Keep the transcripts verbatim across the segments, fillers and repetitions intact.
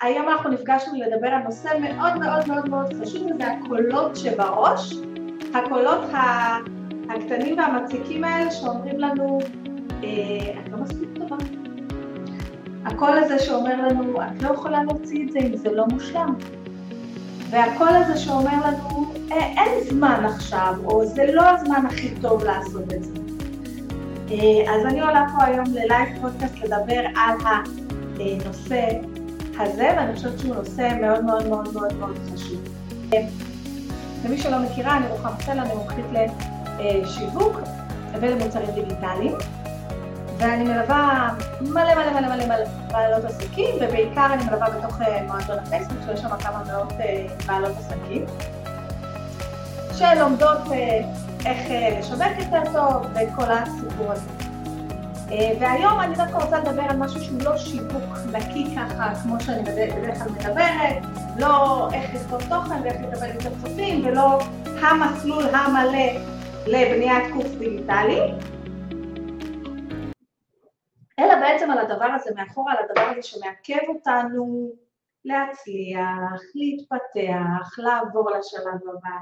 היום אנחנו נפגשנו לדבר על נושא מאוד מאוד מאוד מאוד חשוב, וזה הקולות שבראש, הקולות הקטנים והמציקים האלה שאומרים לנו, את לא מספיק טובה. הקול הזה שאומר לנו, את לא יכולה להוציא את זה אם זה לא מושלם. והקול הזה שאומר לנו, אין זמן עכשיו, או זה לא הזמן הכי טוב לעשות את זה. אז אני עולה פה היום ללייב פודקאסט לדבר על הנושא הזה, ואני חושבת שהוא נושא מאוד מאוד מאוד מאוד מאוד חשוב. למי שלא מכירה, אני רוחמה סלע, אני מומחית לשיווק ולמוצרים דיגיטליים, ואני מלווה מלא מלא מלא מלא מלא בעלות עסקים, ובעיקר אני מלווה בתוך מועדון הפייסבוק, שיש שם כמה מאות בעלות עסקים, שלומדות איך לשווק יותר טוב וכל הסיפור הזה. והיום אני דווקא רוצה לדבר על משהו שהוא לא שיווק נקי ככה, כמו שאני בדרך כלל מדברת, לא איך לכתוב תוכן ואיך לקבל יותר צופים, ולא המסלול המלא לבניית קורס דיגיטלי, אלא בעצם על הדבר הזה, מאחורה על הדבר הזה שמעכב אותנו להצליח, להתפתח, לעבור לשלב הבא.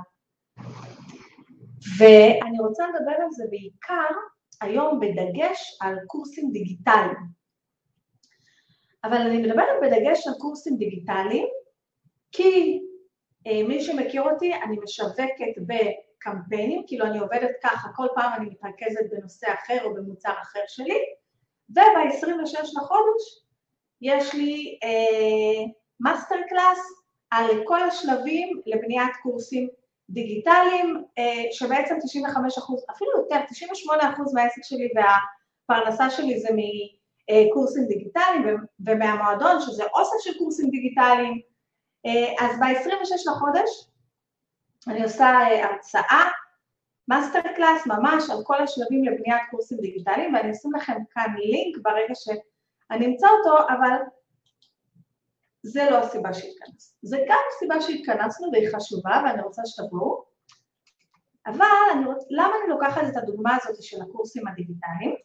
ואני רוצה לדבר על זה בעיקר היום בדגש על קורסים דיגיטליים. אבל אני מדברת בדגש על קורסים דיגיטליים, כי אה, מי שמכיר אותי, אני משווקת בקמפיינים, כאילו אני עובדת ככה, כל פעם אני מתרכזת בנושא אחר או במוצר אחר שלי, וב-עשרים ושש לחודש יש לי אה, מאסטר קלאס על כל השלבים לבניית קורסים דיגיטליים, שבעצם תשעים וחמישה אחוז, אפילו יותר, תשעים ושמונה אחוז מהעסק שלי והפרנסה שלי זה מקורסים דיגיטליים, ומהמועדון שזה אוסף של קורסים דיגיטליים. אז ב-עשרים ושש לחודש אני עושה הרצאה, מאסטר קלאס ממש על כל השלבים לבניית קורסים דיגיטליים, ואני אשים לכם כאן לינק ברגע שאני אמצא אותו, אבל זה לא הסיבה שהתכנסנו. זה גם הסיבה שהתכנסנו והיא חשובה ואני רוצה שתבואו, אבל אני רוצ... למה אני לוקחת את הדוגמה הזאת של הקורסים הדיגיטליים?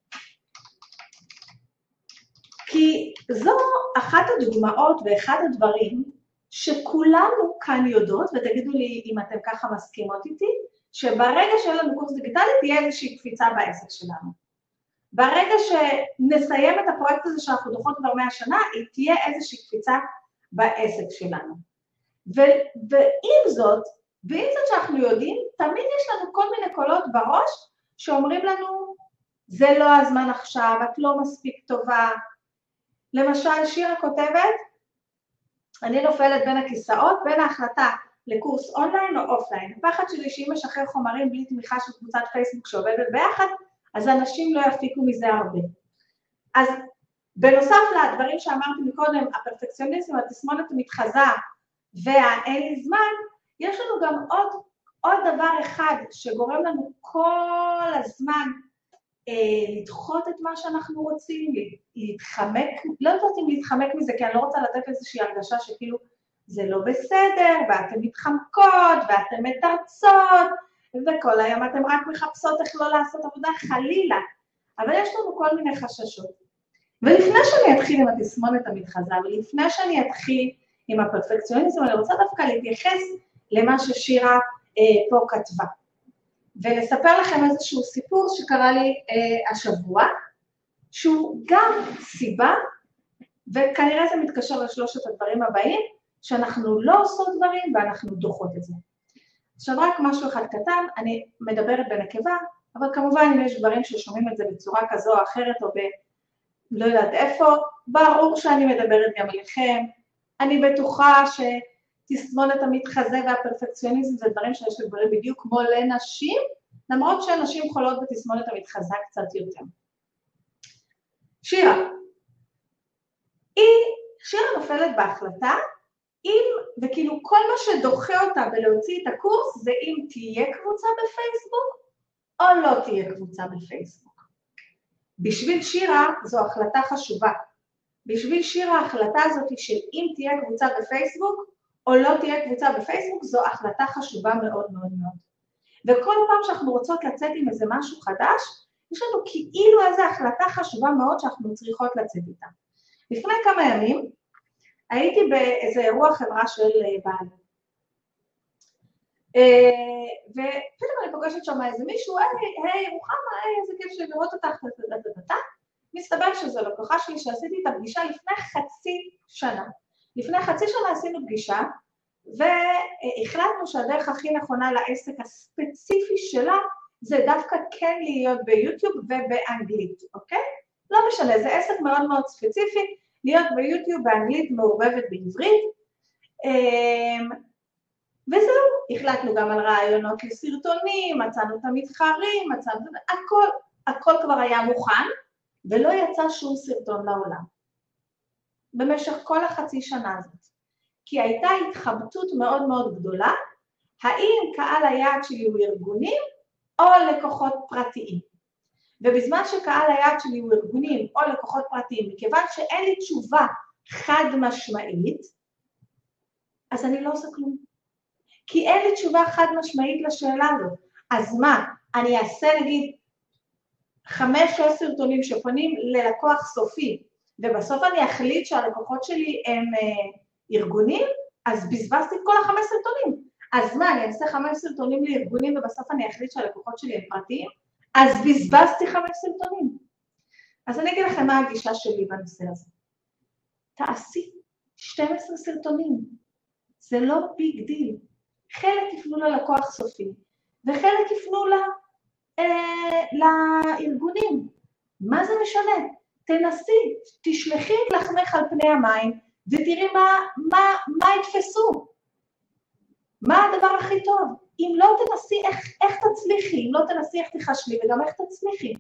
כי זו אחת הדוגמאות ואחד הדברים שכולנו כאן יודעות, ותגידו לי אם אתם ככה מסכימות איתי, שברגע שאין לנו קורס דיגיטלי תהיה איזושהי קפיצה בעסק שלנו. ברגע שנסיים את הפרויקט הזה שאנחנו דוחות כבר מאה שנה, היא תהיה איזושהי קפיצה בעסק שלנו. ו- ועם זאת, ועם זאת שאנחנו יודעים, תמיד יש לנו כל מיני קולות בראש שאומרים לנו, זה לא הזמן עכשיו, את לא מספיק טובה. למשל, שירה כותבת, אני נופלת בין הכיסאות, בין ההחלטה לקורס אונליין או אופליין. הפחד שלי שאם משחרר חומרים בלי תמיכה של קבוצת פייסבוק שעובדת ביחד, אז אנשים לא יפיקו מזה הרבה. אז בנוסף לדברים שאמרתי מקודם, הפרפקציוניזם, התסמונת המתחזה והאין לי זמן, יש לנו גם עוד, עוד דבר אחד שגורם לנו כל הזמן אה, לדחות את מה שאנחנו רוצים, להתחמק, לא יודעת אם להתחמק מזה, כי אני לא רוצה לתת איזושהי הרגשה שכאילו זה לא בסדר, ואתם מתחמקות, ואתם מתרצות, וכל היום אתם רק מחפשות איך לא לעשות עבודה חלילה, אבל יש לנו כל מיני חששות. ולפני שאני אתחיל עם התסמונת המתחזה, ולפני שאני אתחיל עם הפרפקציוניזם, אני רוצה דווקא להתייחס למה ששירה אה, פה כתבה. ולספר לכם איזשהו סיפור שקרה לי אה, השבוע, שהוא גם סיבה, וכנראה זה מתקשר לשלושת הדברים הבאים, שאנחנו לא עושות דברים ואנחנו דוחות את זה. עכשיו רק משהו אחד קטן, אני מדברת בנקבה, אבל כמובן אם יש דברים ששומעים את זה בצורה כזו או אחרת, או ב... לא יודעת איפה, ברור שאני מדברת גם עליכם, אני בטוחה שתסמונת המתחזה והפרפקציוניזם זה דברים שיש לגברים בדיוק כמו לנשים, למרות שנשים חולות בתסמונת המתחזה קצת יותר. שירה, היא, שירה נופלת בהחלטה, אם, וכאילו כל מה שדוחה אותה בלהוציא את הקורס, זה אם תהיה קבוצה בפייסבוק, או לא תהיה קבוצה בפייסבוק. בשביל שירה זו החלטה חשובה. בשביל שירה ההחלטה הזאת של אם תהיה קבוצה בפייסבוק, או לא תהיה קבוצה בפייסבוק, זו החלטה חשובה מאוד מאוד מאוד. וכל פעם שאנחנו רוצות לצאת עם איזה משהו חדש, יש לנו כאילו איזו החלטה חשובה מאוד שאנחנו צריכות לצאת איתה. לפני כמה ימים, הייתי באיזה אירוע חברה של בעל. ופתאום אני פוגשת שם איזה מישהו, היי, רוחמה, היי, איזה כיף של לראות אותך, מסתבר שזו לקוחה שלי שעשיתי את הפגישה לפני חצי שנה. לפני חצי שנה עשינו פגישה, והחלטנו שהדרך הכי נכונה לעסק הספציפי שלה, זה דווקא כן להיות ביוטיוב ובאנגלית, אוקיי? לא משנה, זה עסק מאוד מאוד ספציפי, להיות ביוטיוב באנגלית מעורבבת בעברית, וזהו, החלטנו גם על רעיונות לסרטונים, מצאנו את המתחרים, מצאנו, הכל, הכל כבר היה מוכן, ולא יצא שום סרטון לעולם. במשך כל החצי שנה הזאת. כי הייתה התחבטות מאוד מאוד גדולה, האם קהל היעד שלי הוא ארגונים או לקוחות פרטיים. ובזמן שקהל היעד שלי הוא ארגונים או לקוחות פרטיים, מכיוון שאין לי תשובה חד משמעית, אז אני לא עושה כלום. כי אין לי תשובה חד משמעית לשאלה הזאת. אז מה, אני אעשה נגיד חמש או סרטונים שפונים ללקוח סופי, ובסוף אני אחליט שהלקוחות שלי הם אה, ארגונים, אז בזבזתי את כל החמש סרטונים. אז מה, אני אעשה חמש סרטונים לארגונים, ובסוף אני אחליט שהלקוחות שלי הם פרטיים, אז בזבזתי חמש סרטונים. אז אני אגיד לכם מה הגישה שלי בנושא הזה. תעשי שנים עשר סרטונים. זה לא ביג דיל. חלק יפנו ללקוח סופי, וחלק יפנו לה, אה, לארגונים. מה זה משנה? תנסי, תשלחי את לחמך על פני המים, ותראי מה, מה, מה יתפסו. מה הדבר הכי טוב? אם לא תנסי, איך, איך תצליחי? אם לא תנסי, איך תחשלי, וגם איך תצליחי.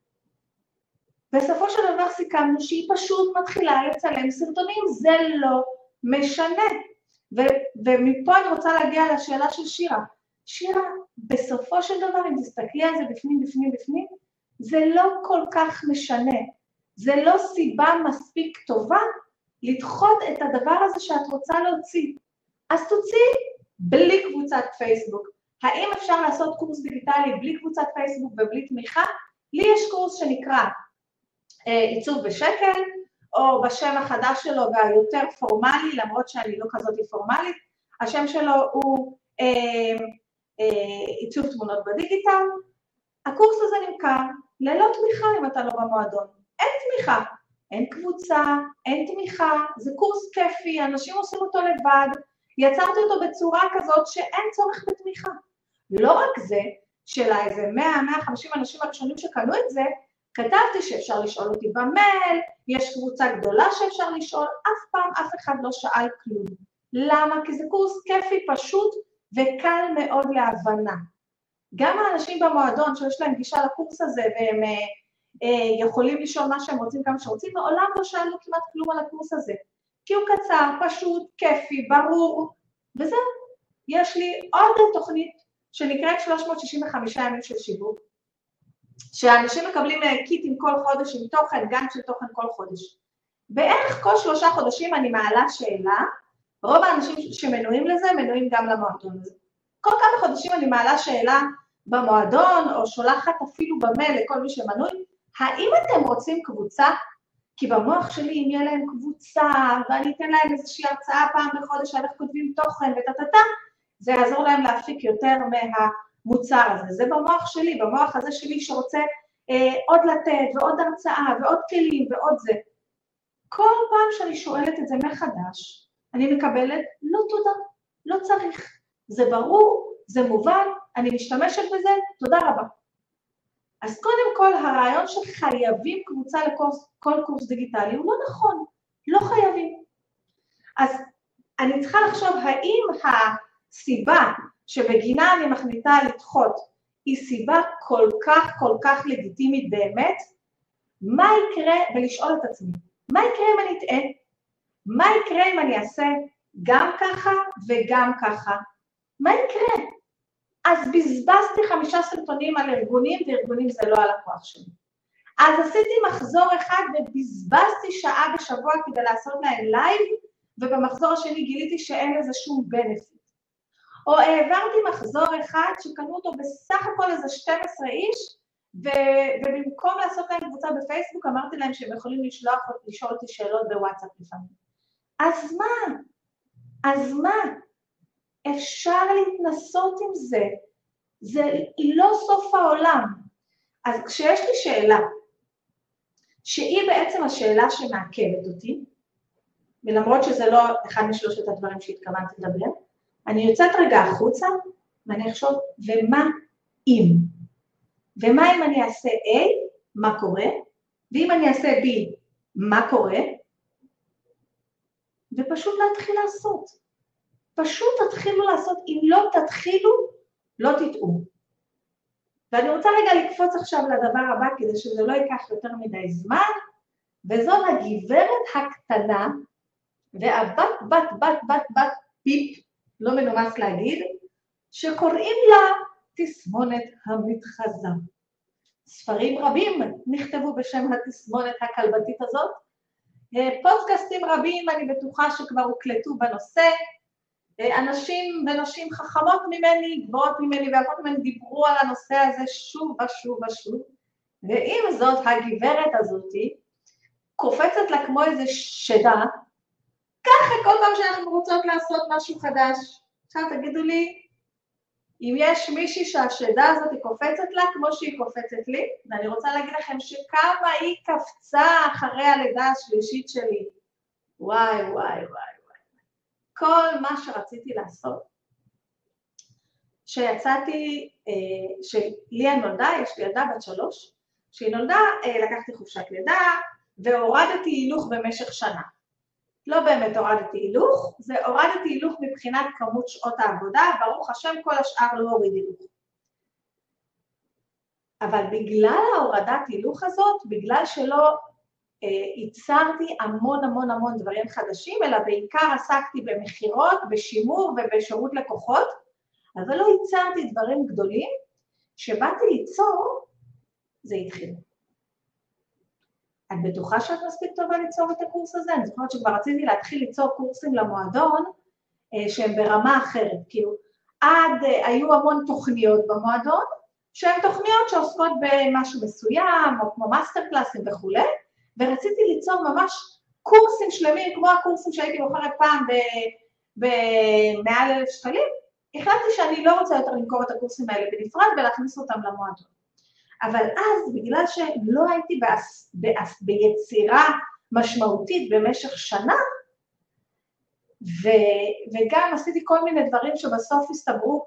בסופו של דבר סיכמנו שהיא פשוט מתחילה לצלם סרטונים, זה לא משנה. ו- ומפה אני רוצה להגיע לשאלה של שירה. שירה, בסופו של דבר, אם תסתכלי על זה בפנים, בפנים, בפנים, זה לא כל כך משנה. זה לא סיבה מספיק טובה לדחות את הדבר הזה שאת רוצה להוציא. אז תוציאי בלי קבוצת פייסבוק. האם אפשר לעשות קורס דיגיטלי בלי קבוצת פייסבוק ובלי תמיכה? לי יש קורס שנקרא אה, עיצוב בשקל, או בשם החדש שלו והיותר פורמלי, למרות שאני לא כזאת פורמלית, השם שלו הוא אה, אה, עיצוב תמונות בדיגיטל. הקורס הזה נמכר ללא תמיכה אם אתה לא במועדון. אין תמיכה, אין קבוצה, אין תמיכה, זה קורס כיפי, אנשים עושים אותו לבד, יצרתי אותו בצורה כזאת שאין צורך בתמיכה. לא רק זה, שלה איזה מאה עד מאה וחמישים אנשים הראשונים שקנו את זה, כתבתי שאפשר לשאול אותי במייל, יש קבוצה גדולה שאפשר לשאול, אף פעם אף אחד לא שאל כלום. למה? כי זה קורס כיפי פשוט וקל מאוד להבנה. גם האנשים במועדון שיש להם גישה לקורס הזה והם אה, אה, יכולים לשאול מה שהם רוצים כמה שרוצים, מעולם לא שאלו כמעט כלום על הקורס הזה. כי הוא קצר, פשוט, כיפי, ברור, וזהו. יש לי עוד תוכנית שנקראת שלוש מאות שישים וחמישה ימים של שיווק, שאנשים מקבלים קיט עם כל חודש, עם תוכן, גם של תוכן כל חודש. בערך כל שלושה חודשים אני מעלה שאלה, רוב האנשים שמנויים לזה, מנויים גם למועדון הזה. כל כמה חודשים אני מעלה שאלה במועדון, או שולחת אפילו במייל לכל מי שמנוי, האם אתם רוצים קבוצה? כי במוח שלי, אם יהיה להם קבוצה, ואני אתן להם איזושהי הרצאה פעם בחודש, על איך כותבים תוכן וטטטה, זה יעזור להם להפיק יותר מהמוצר הזה. זה במוח שלי, במוח הזה שלי שרוצה אה, עוד לתת, ועוד הרצאה, ועוד כלים, ועוד זה. כל פעם שאני שואלת את זה מחדש, אני מקבלת, לא תודה, לא צריך. זה ברור, זה מובן, אני משתמשת בזה, תודה רבה. אז קודם כל, הרעיון שחייבים קבוצה לכל קורס דיגיטלי הוא לא נכון, לא חייבים. אז אני צריכה לחשוב האם הסיבה שבגינה אני מחליטה לדחות היא סיבה כל כך כל כך לגיטימית באמת, מה יקרה, ולשאול את עצמי, מה יקרה אם אני אטעה? מה יקרה אם אני אעשה גם ככה וגם ככה? מה יקרה? אז בזבזתי חמישה סרטונים על ארגונים, וארגונים זה לא הלקוח שלי. אז עשיתי מחזור אחד ובזבזתי שעה בשבוע כדי לעשות להם לייב, ובמחזור השני גיליתי שאין לזה שום בנפיט. או העברתי מחזור אחד שקנו אותו בסך הכל איזה שנים עשר איש, ו- ובמקום לעשות להם קבוצה בפייסבוק, אמרתי להם שהם יכולים לשלוח, לשאול אותי שאלות בוואטסאפ לפעמים. אז מה? אז מה? אפשר להתנסות עם זה. זה לא סוף העולם. אז כשיש לי שאלה, שהיא בעצם השאלה שמעכבת אותי, ולמרות שזה לא אחד משלושת הדברים שהתכוונתי לדבר, אני יוצאת רגע החוצה, ואני אחשוב, ומה אם? ומה אם אני אעשה A, מה קורה? ואם אני אעשה B, מה קורה? ופשוט להתחיל לעשות. פשוט תתחילו לעשות, אם לא תתחילו, לא תטעו. ואני רוצה רגע לקפוץ עכשיו לדבר הבא, כדי שזה לא ייקח יותר מדי זמן, וזאת הגברת הקטנה, והבת בת בת בת בת פיפ, לא מנומס להגיד, שקוראים לה תסמונת המתחזה. ספרים רבים נכתבו בשם התסמונת הכלבתית הזאת, פודקאסטים רבים אני בטוחה שכבר הוקלטו בנושא, אנשים ונשים חכמות ממני, גבוהות ממני ואבות ממני דיברו על הנושא הזה שוב ושוב ושוב, ועם זאת הגברת הזאת קופצת לה כמו איזה שדה, ככה כל פעם שאנחנו רוצות לעשות משהו חדש. עכשיו תגידו לי, אם יש מישהי שהשדה הזאת קופצת לה כמו שהיא קופצת לי, ואני רוצה להגיד לכם שכמה היא קפצה אחרי הלידה השלישית שלי. וואי וואי וואי וואי. כל מה שרציתי לעשות, שיצאתי, שליה נולדה, יש לי ילדה בת שלוש, שהיא נולדה, לקחתי חופשת לידה, והורדתי הילוך במשך שנה. לא באמת הורדתי הילוך, זה הורדתי הילוך מבחינת כמות שעות העבודה, ברוך השם כל השאר לא הוריד הילוך. אבל בגלל ההורדת הילוך הזאת, בגלל שלא אה, ייצרתי המון המון המון דברים חדשים, אלא בעיקר עסקתי במחירות, בשימור ובשירות לקוחות, אבל לא ייצרתי דברים גדולים, שבאתי ליצור, זה התחיל. את בטוחה שאת מספיק טובה ליצור את הקורס הזה? אני זוכרת שכבר רציתי להתחיל ליצור קורסים למועדון, שהם ברמה אחרת, כאילו, עד היו המון תוכניות במועדון, שהן תוכניות שעוסקות במשהו מסוים, או כמו מאסטר קלאסים וכו', ורציתי ליצור ממש קורסים שלמים, כמו הקורסים שהייתי בוחרת פעם במעל אלף שקלים, החלטתי שאני לא רוצה יותר למכור את הקורסים האלה בנפרד ולהכניס אותם למועדון. אבל אז, בגלל שלא הייתי באס, באס, ביצירה משמעותית במשך שנה, ו, וגם עשיתי כל מיני דברים שבסוף הסתברו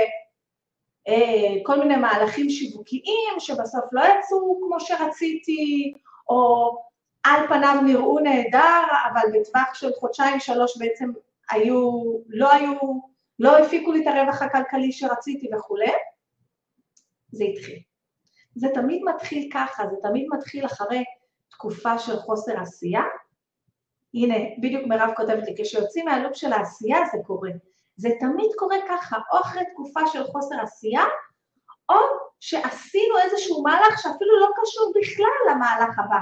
ככל מיני מהלכים שיווקיים, שבסוף לא יצאו כמו שרציתי, או על פניו נראו נהדר, אבל בטווח של חודשיים שלוש בעצם היו, לא היו, לא הפיקו לי את הרווח הכלכלי שרציתי וכו'. זה התחיל. זה תמיד מתחיל ככה, זה תמיד מתחיל אחרי תקופה של חוסר עשייה. הנה, בדיוק מירב כותבת לי, כשיוצאים מהלופ של העשייה זה קורה. זה תמיד קורה ככה, או אחרי תקופה של חוסר עשייה, או שעשינו איזשהו מהלך שאפילו לא קשור בכלל למהלך הבא.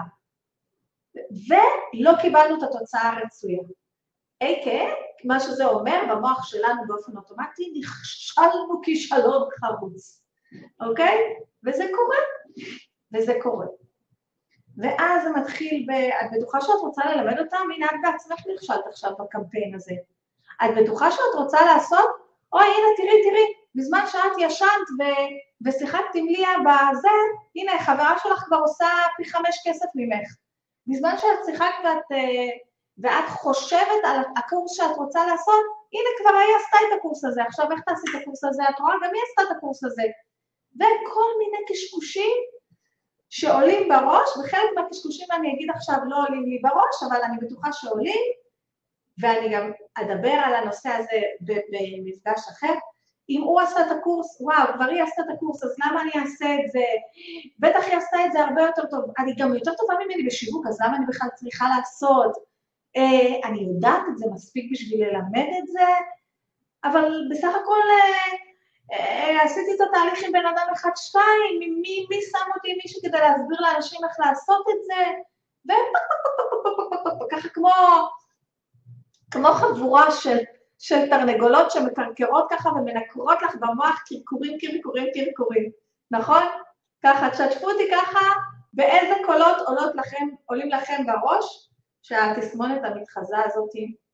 ולא קיבלנו את התוצאה הרצויה. איי, מה שזה אומר במוח שלנו באופן אוטומטי, נכשלנו כישלון חרוץ. אוקיי? וזה קורה, וזה קורה. ואז זה מתחיל, ב... את בטוחה שאת רוצה ללמד אותם? הנה, את בעצמך נכשלת עכשיו בקמפיין הזה. את בטוחה שאת רוצה לעשות? אוי, הנה, תראי, תראי, בזמן שאת ישנת ו... ושיחקת עם ליה בזה, הנה, חברה שלך כבר עושה פי חמש כסף ממך. בזמן שאת שיחקת ואת, ואת חושבת על הקורס שאת רוצה לעשות, הנה, כבר היא עשתה את הקורס הזה. עכשיו, איך תעשי את הקורס הזה? את רואה? גם היא עשתה את הקורס הזה. וכל מיני קשקושים שעולים בראש, וחלק מהקשקושים אני אגיד עכשיו לא עולים לי בראש, אבל אני בטוחה שעולים, ואני גם אדבר על הנושא הזה במפגש אחר. אם הוא עשה את הקורס, וואו, כבר היא עשתה את הקורס, אז למה אני אעשה את זה? בטח היא עשתה את זה הרבה יותר טוב, אני גם יותר טובה ממני בשיווק, אז למה אני בכלל צריכה לעשות? אה, אני יודעת את זה מספיק בשביל ללמד את זה, אבל בסך הכל... אה, עשיתי את התהליך עם בן אדם אחד שתיים, מי, מי שם אותי מישהו כדי להסביר לאנשים איך לעשות את זה, וככה כמו, כמו חבורה של, של תרנגולות שמקרקרות ככה ומנקרות לך במוח קרקורים, קרקורים, קרקורים, נכון? ככה, תשתפו אותי ככה, באיזה קולות עולות לכם, עולים לכם בראש, שהתסמונת המתחזה הזאת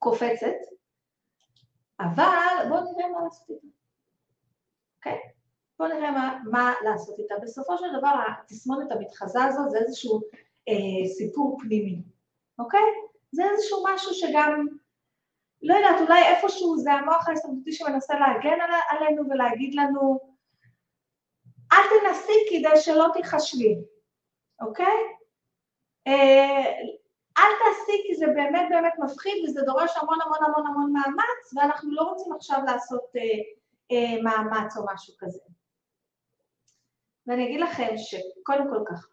קופצת, אבל בואו נראה מה לעשות איתה. אוקיי? בואו נראה מה, מה לעשות איתה. בסופו של דבר, התסמונת המתחזה הזו זה איזשהו אה, סיפור פנימי. אוקיי? זה איזשהו משהו שגם, לא יודעת, אולי איפשהו זה המוח ההסתמכותי שמנסה להגן על, עלינו ולהגיד לנו, אל תנסי כדי שלא תחשבי. אוקיי? אה, אל תעשי כי זה באמת באמת מפחיד וזה דורש המון המון המון המון מאמץ ואנחנו לא רוצים עכשיו לעשות אה, אה, מאמץ או משהו כזה. ואני אגיד לכם שקודם כל כך,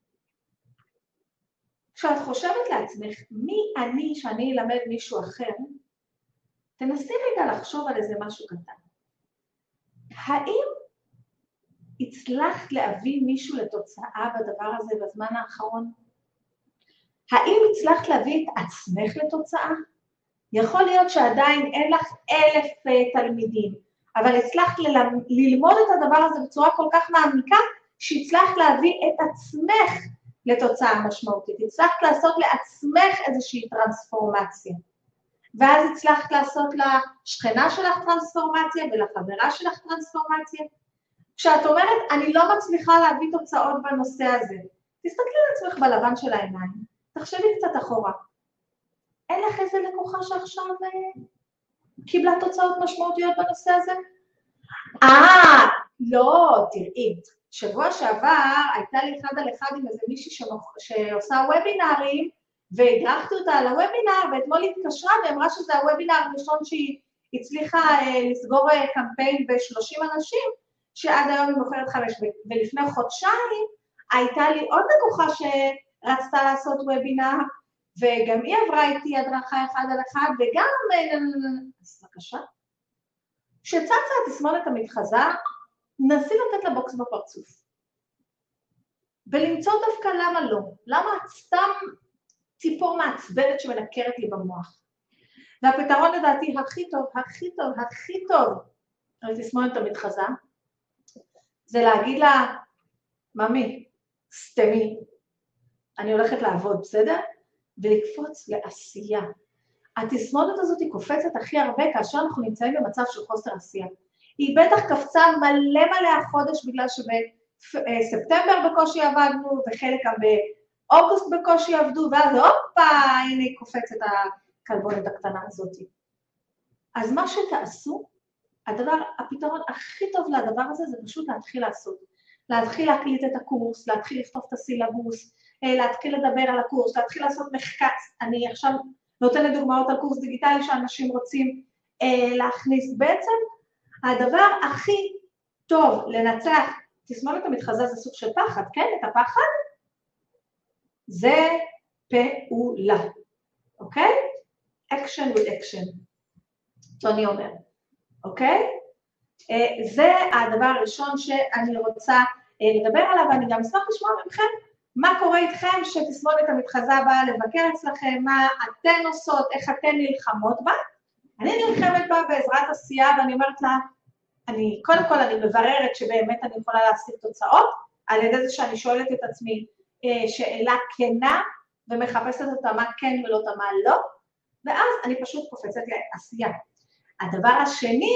כשאת חושבת לעצמך מי אני שאני אלמד מישהו אחר, תנסי רגע לחשוב על איזה משהו קטן. האם הצלחת להביא מישהו לתוצאה בדבר הזה בזמן האחרון? האם הצלחת להביא את עצמך לתוצאה? יכול להיות שעדיין אין לך אלף uh, תלמידים, אבל הצלחת ל- ללמוד את הדבר הזה בצורה כל כך מעמיקה, שהצלחת להביא את עצמך לתוצאה משמעותית. הצלחת לעשות לעצמך איזושהי טרנספורמציה. ואז הצלחת לעשות לשכנה שלך טרנספורמציה ולחברה שלך טרנספורמציה. כשאת אומרת, אני לא מצליחה להביא תוצאות בנושא הזה, תסתכלי על עצמך בלבן של העיניים. תחשבי קצת אחורה. אין לך איזה לקוחה שעכשיו אה, קיבלה תוצאות משמעותיות בנושא הזה? אה, לא, תראי. שבוע שעבר הייתה לי אחד על אחד עם איזה מישהי שמוכ... שעושה וובינארים, והדרכתי אותה על הוובינאר, ואתמול היא התקשרה ואמרה שזה הוובינאר הראשון שהיא הצליחה אה, לסגור אה, קמפיין ב-שלושים אנשים, שעד היום היא מוכרת חמש, ולפני חודשיים הייתה לי עוד לקוחה ש... רצתה לעשות וובינר, וגם היא עברה איתי הדרכה אחד על אחד, וגם, אז בבקשה, כשצצה התסמונת המתחזה, נסי לתת לה בוקס בפרצוף. ולמצוא דווקא למה לא, למה את סתם ציפור מעצבנת שמנקרת לי במוח. והפתרון לדעתי הכי טוב, הכי טוב, הכי טוב, על תסמונת המתחזה, זה להגיד לה, ממי, סתמי, אני הולכת לעבוד, בסדר? ולקפוץ לעשייה. התסמונת הזאת היא קופצת הכי הרבה כאשר אנחנו נמצאים במצב של חוסר עשייה. היא בטח קפצה מלא מלא החודש בגלל שבספטמבר בקושי עבדנו, וחלק גם באוגוסט בקושי עבדו, ואז הופה, הנה היא קופצת הכלבונת הקטנה הזאת. אז מה שתעשו, הדבר, הפתרון הכי טוב לדבר הזה זה פשוט להתחיל לעשות. להתחיל להקליט את הקורס, להתחיל לכתוב את הסילבוס, להתחיל לדבר על הקורס, להתחיל לעשות מחקר. אני עכשיו נותנת דוגמאות על קורס דיגיטלי שאנשים רוצים אה, להכניס. בעצם הדבר הכי טוב לנצח תסמונת המתחזה זה סוג של פחד, כן? את הפחד זה פעולה, אוקיי? action with action, טוני אומר, אוקיי? אה, זה הדבר הראשון שאני רוצה אה, לדבר עליו, ואני גם אשמח לשמוע מכם מה קורה איתכם שתסמונת המתחזה באה לבקר אצלכם, מה אתן עושות, איך אתן נלחמות בה. אני נלחמת בה בעזרת עשייה, ואני אומרת לה, אני, קודם כל אני מבררת שבאמת אני יכולה להשיג תוצאות, על ידי זה שאני שואלת את עצמי אה, שאלה כנה, ומחפשת אותה מה כן ולא מה לא, ואז אני פשוט קופצת לעשייה. הדבר השני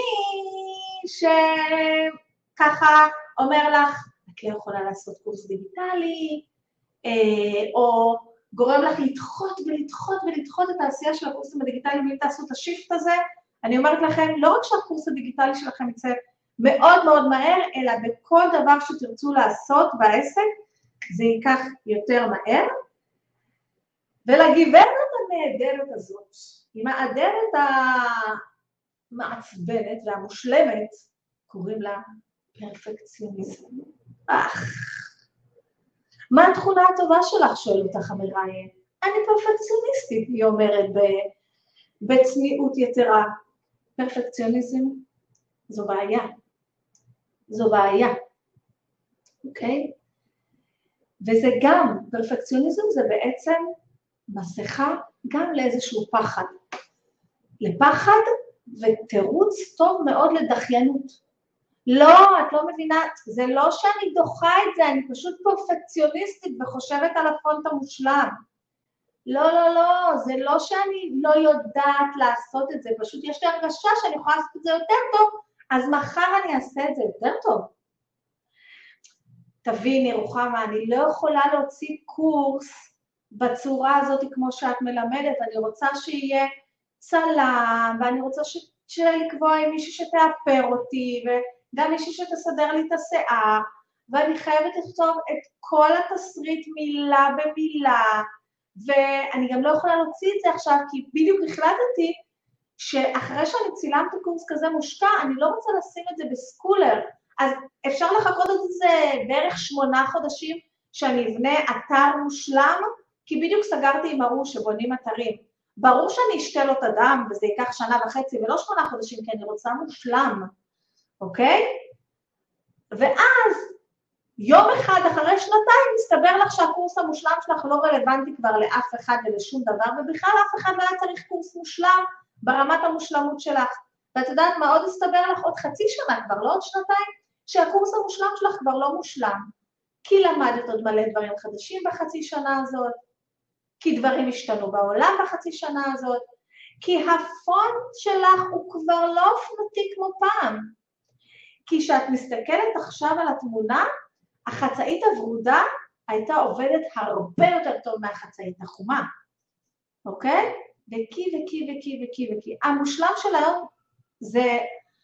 שככה אומר לך, את לא יכולה לעשות קורס דיגיטלי, או גורם לך לדחות ולדחות ולדחות את העשייה של הקורסים הדיגיטליים, ואם תעשו את השיפט הזה, אני אומרת לכם, לא רק שהקורס הדיגיטלי שלכם יצא מאוד מאוד מהר, אלא בכל דבר שתרצו לעשות בעסק, זה ייקח יותר מהר. ולגברת הנהדרת הזאת, עם האדרת המעצבנת והמושלמת, קוראים לה פרפקציוניזם. אך, מה התכונה הטובה שלך, שואל אותך המראיין? אני פרפקציוניסטית, היא אומרת בצניעות יתרה. פרפקציוניזם זו בעיה. זו בעיה. אוקיי? וזה גם, פרפקציוניזם זה בעצם מסכה גם לאיזשהו פחד. לפחד ותירוץ טוב מאוד לדחיינות. לא, את לא מבינה, זה לא שאני דוחה את זה, אני פשוט פרפקציוניסטית וחושבת על הפונט המושלם. לא, לא, לא, זה לא שאני לא יודעת לעשות את זה, פשוט יש לי הרגשה שאני יכולה לעשות את זה יותר טוב, אז מחר אני אעשה את זה יותר טוב. תביני, רוחמה, אני לא יכולה להוציא קורס בצורה הזאת כמו שאת מלמדת, אני רוצה שיהיה צלם, ואני רוצה ש... לקבוע עם מישהי שתאפר אותי, וגם מישהי שתסדר לי את השיער, ואני חייבת לכתוב את כל התסריט מילה במילה, ואני גם לא יכולה להוציא את זה עכשיו, כי בדיוק החלטתי שאחרי שאני צילמתי קורס כזה מושקע, אני לא רוצה לשים את זה בסקולר, אז אפשר לחכות את זה בערך שמונה חודשים, שאני אבנה אתר מושלם, כי בדיוק סגרתי עם ההוא שבונים אתרים. ברור שאני אשתה לו את הדם, וזה ייקח שנה וחצי, ולא שמונה חודשים, כי אני רוצה מושלם, אוקיי? ואז, יום אחד אחרי שנתיים, מסתבר לך שהקורס המושלם שלך לא רלוונטי כבר לאף אחד ולשום דבר, ובכלל אף אחד לא היה צריך קורס מושלם ברמת המושלמות שלך. ואת יודעת מה עוד הסתבר לך? עוד חצי שנה כבר, לא עוד שנתיים, שהקורס המושלם שלך כבר לא מושלם. כי למדת עוד מלא דברים חדשים בחצי שנה הזאת, כי דברים השתנו בעולם בחצי שנה הזאת, כי הפונט שלך הוא כבר לא אופנתי כמו פעם. כי כשאת מסתכלת עכשיו על התמונה, החצאית הוורודה הייתה עובדת הרבה יותר טוב מהחצאית החומה. אוקיי? וכי וכי וכי וכי וכי. המושלם של היום זה,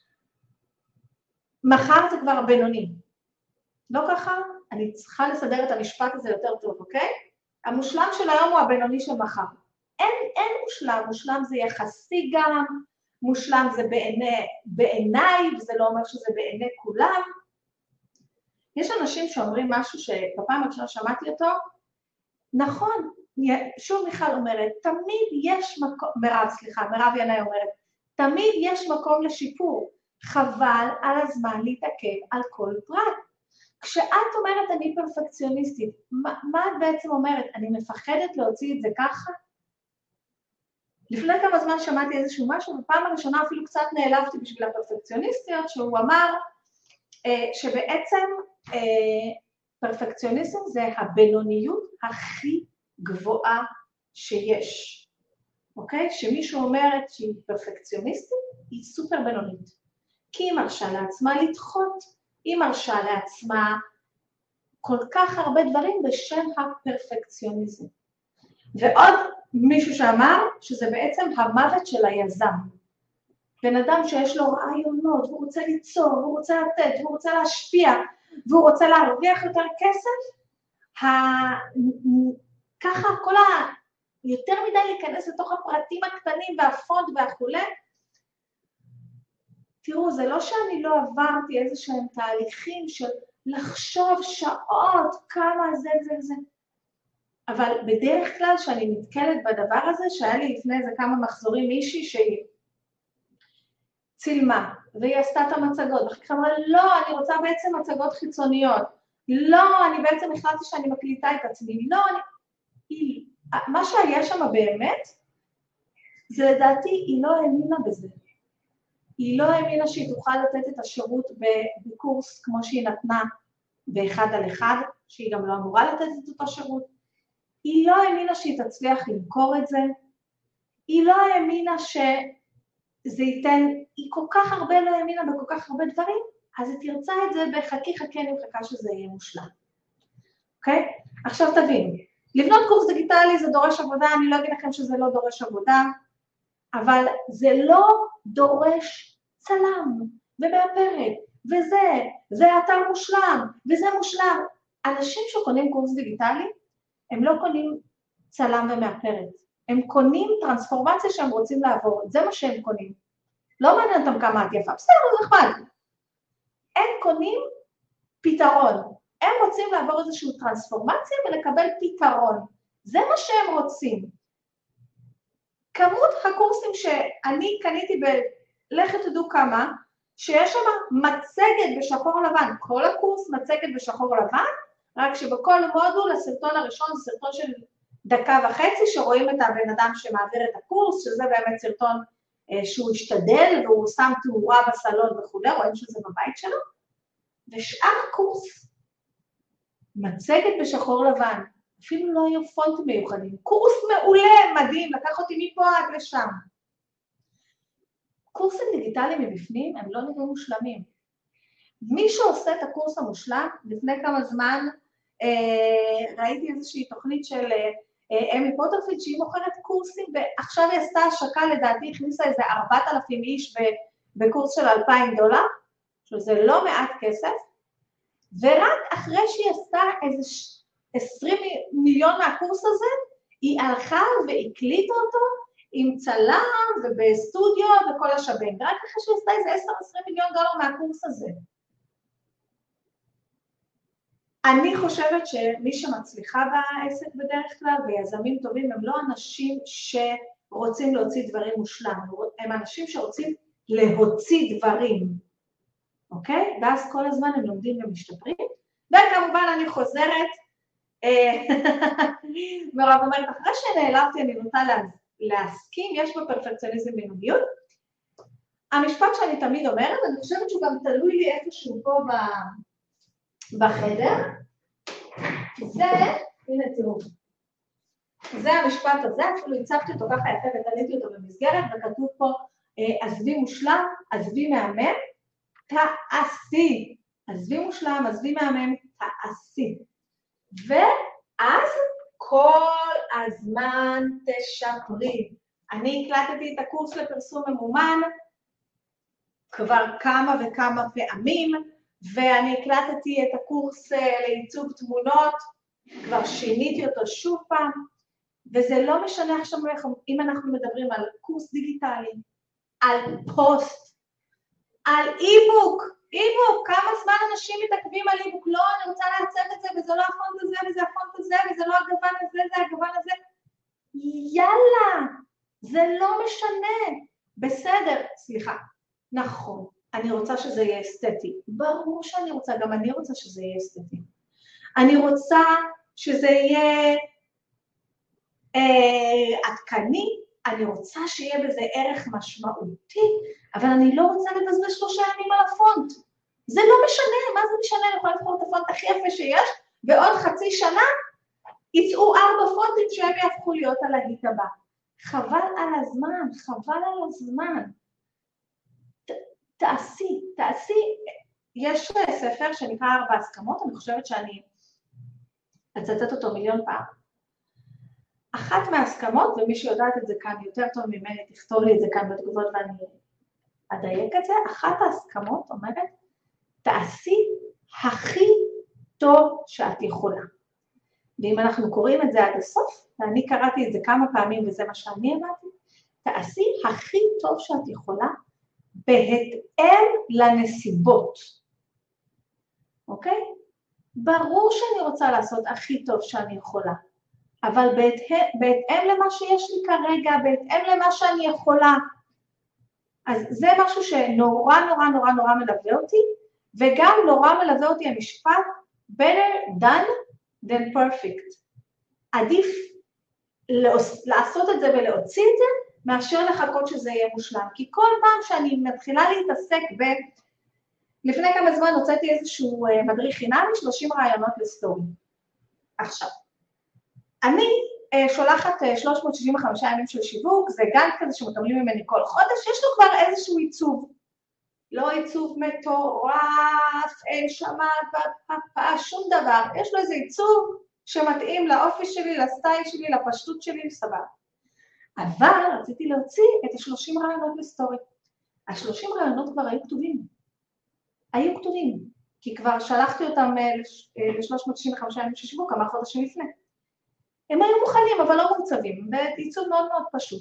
מחר זה כבר בינוני. לא ככה? אני צריכה לסדר את המשפט הזה יותר טוב, אוקיי? המושלם של היום הוא הבינוני של מחר. אין, אין מושלם, מושלם זה יחסי גם, מושלם זה בעיני, בעיניי, וזה לא אומר שזה בעיני כולם. יש אנשים שאומרים משהו שבפעם הראשונה שמעתי אותו, נכון, שוב מיכל אומרת, תמיד יש מקום, מירב, סליחה, מירב ינאי אומרת, תמיד יש מקום לשיפור, חבל על הזמן להתעכב על כל פרט. כשאת אומרת אני פרפקציוניסטית, מה, מה את בעצם אומרת? אני מפחדת להוציא את זה ככה? לפני כמה זמן שמעתי איזשהו משהו, בפעם הראשונה אפילו קצת נעלבתי בשביל הפרפקציוניסטיות, שהוא אמר אה, שבעצם אה, פרפקציוניזם זה הבינוניות הכי גבוהה שיש. אוקיי? שמישהו אומרת שהיא פרפקציוניסטית, היא סופר בינונית. כי היא מרשה לעצמה לדחות, היא מרשה לעצמה כל כך הרבה דברים בשם הפרפקציוניזם. ועוד מישהו שאמר שזה בעצם המוות של היזם. בן אדם שיש לו רעיונות, הוא רוצה ליצור, הוא רוצה לתת, הוא רוצה להשפיע, והוא רוצה להרוויח יותר כסף, ה... ככה כל ה... יותר מדי להיכנס לתוך הפרטים הקטנים והפונט והכולי. תראו, זה לא שאני לא עברתי איזה שהם תהליכים של לחשוב שעות כמה זה זה זה. אבל בדרך כלל שאני נתקלת בדבר הזה, שהיה לי לפני איזה כמה מחזורים מישהי שהיא צילמה, והיא עשתה את המצגות, ואחר כך אמרה, לא, אני רוצה בעצם מצגות חיצוניות. לא, אני בעצם החלטתי שאני מקליטה את עצמי. לא, אני... היא... מה שהיה שם באמת, זה לדעתי, היא לא האמינה בזה. היא לא האמינה שהיא תוכל לתת את השירות בקורס כמו שהיא נתנה באחד על אחד, שהיא גם לא אמורה לתת את אותו שירות. היא לא האמינה שהיא תצליח למכור את זה. היא לא האמינה שזה ייתן, היא כל כך הרבה לא האמינה בכל כך הרבה דברים, אז היא תרצה את זה בחכי חכי אני מחכה שזה יהיה מושלם. אוקיי? עכשיו תבינו. לבנות קורס דיגיטלי זה דורש עבודה, אני לא אגיד לכם שזה לא דורש עבודה, אבל זה לא דורש צלם ומאפרת, וזה, זה אתר מושלם, וזה מושלם. אנשים שקונים קורס דיגיטלי, הם לא קונים צלם ומאפרת, הם קונים טרנספורמציה שהם רוצים לעבור, זה מה שהם קונים. לא מעניין אותם כמה את יפה, בסדר, זה נחמד. הם קונים פתרון. הם רוצים לעבור איזושהי טרנספורמציה ולקבל פתרון. זה מה שהם רוצים. כמות הקורסים שאני קניתי בלכת תדעו כמה, שיש שם מצגת בשחור לבן. כל הקורס מצגת בשחור לבן, רק שבכל מודול הסרטון הראשון זה סרטון של דקה וחצי, שרואים את הבן אדם שמעביר את הקורס, שזה באמת סרטון אה, שהוא השתדל, והוא שם תאורה בסלון וכו', רואים שזה בבית שלו. ושאר הקורס, מצגת בשחור לבן, אפילו לא היו פונטים מיוחדים. קורס מעולה, מדהים, לקח אותי מפה עד לשם. קורסים דיגיטליים מבפנים הם לא נראים מושלמים. מי שעושה את הקורס המושלם, לפני כמה זמן אה, ראיתי איזושהי תוכנית של אה, אמי פוטרפילד, שהיא מוכרת קורסים, ועכשיו היא עשתה השקה, לדעתי הכניסה איזה ארבעת אלפים איש בקורס של אלפיים דולר, שזה לא מעט כסף, ורק אחרי שהיא עשתה איזה עשרים מיליון מהקורס הזה, היא הלכה והקליטה אותו עם צלם ובסטודיו וכל השבן, רק אחרי שהיא עשתה איזה עשרה עשרים מיליון דולר מהקורס הזה. אני חושבת שמי שמצליחה בעסק בדרך כלל, ויזמים טובים, הם לא אנשים שרוצים להוציא דברים מושלם, הם אנשים שרוצים להוציא דברים, אוקיי? ואז כל הזמן הם לומדים ומשתפרים, וכמובן אני חוזרת, מרב אומרת, אחרי שנעלבתי אני נוטה להסכים, יש בו פרפקציוניזם מינוניות. המשפט שאני תמיד אומרת, אני חושבת שהוא גם תלוי לי איפשהו פה בחדר, זה, הנה תראו, זה המשפט הזה, אפילו הצבתי אותו ככה יפה ותליתי אותו במסגרת, וכתוב פה, עזבי מושלם, עזבי מהמם, תעשי. עזבי מושלם, עזבי מהמם, תעשי. ואז כל הזמן תשפרי. אני הקלטתי את הקורס לפרסום ממומן כבר כמה וכמה פעמים, ואני הקלטתי את הקורס לעיצוב תמונות, כבר שיניתי אותו שוב פעם, וזה לא משנה עכשיו אם אנחנו מדברים על קורס דיגיטלי, על פוסט, על אי-בוק, אי-בוק, כמה זמן אנשים מתעכבים על אי-בוק, לא, אני רוצה לעצב את זה, וזה לא הפונט הזה, וזה הפונט הזה, וזה לא הגוון הזה, זה הגוון הזה, יאללה, זה לא משנה, בסדר, סליחה, נכון, אני רוצה שזה יהיה אסתטי, ברור שאני רוצה, גם אני רוצה שזה יהיה אסתטי, אני רוצה שזה יהיה אה, עדכני, אני רוצה שיהיה בזה ערך משמעותי, אבל אני לא רוצה לבזבז שלושה ימים על הפונט. זה לא משנה, מה זה משנה? אני יכולה לבחור את הפונט הכי יפה שיש, ועוד חצי שנה יצאו ארבע פונטים שהם יהפכו להיות על ההיט הבא. חבל על הזמן, חבל על הזמן. ת, תעשי, תעשי. יש ספר שנקרא ארבע הסכמות, אני חושבת שאני אצטט אותו מיליון פעם. אחת מההסכמות, ומי שיודעת את זה כאן יותר טוב ממני, תכתוב לי את זה כאן בתגובות ואני אדייק את זה, אחת ההסכמות אומרת, תעשי הכי טוב שאת יכולה. ואם אנחנו קוראים את זה עד הסוף, ואני קראתי את זה כמה פעמים וזה מה שאני אמרתי, תעשי הכי טוב שאת יכולה, בהתאם לנסיבות. אוקיי? ברור שאני רוצה לעשות הכי טוב שאני יכולה. אבל בהתאם למה שיש לי כרגע, בהתאם למה שאני יכולה. אז זה משהו שנורא נורא נורא נורא מלווה אותי, וגם נורא מלווה אותי המשפט, better done than perfect. עדיף לעשות את זה ולהוציא את זה, מאשר לחכות שזה יהיה מושלם. כי כל פעם שאני מתחילה להתעסק ב... לפני כמה זמן הוצאתי איזשהו מדריך חינמי, שלושים רעיונות לסטורי. עכשיו. אני שולחת שלוש מאות שישים וחמישה ימים של שיווק, זה גן כזה שמקבלים ממני כל חודש, יש לו כבר איזשהו עיצוב. לא עיצוב מטורף, אין שמה, פפה, שום דבר. יש לו איזה עיצוב שמתאים לאופי שלי, לסטייל שלי, לפשטות שלי, סבבה. אבל רציתי להוציא את ה-שלושים רעיונות לסטורי. ה-שלושים רעיונות כבר היו כתובים. היו כתובים, כי כבר שלחתי אותם ל-שלוש מאות שישים וחמישה ימים של שיווק, כמה חודשים לפני. הם היו מוכנים, אבל לא מוצבים, בעיצוב מאוד מאוד פשוט.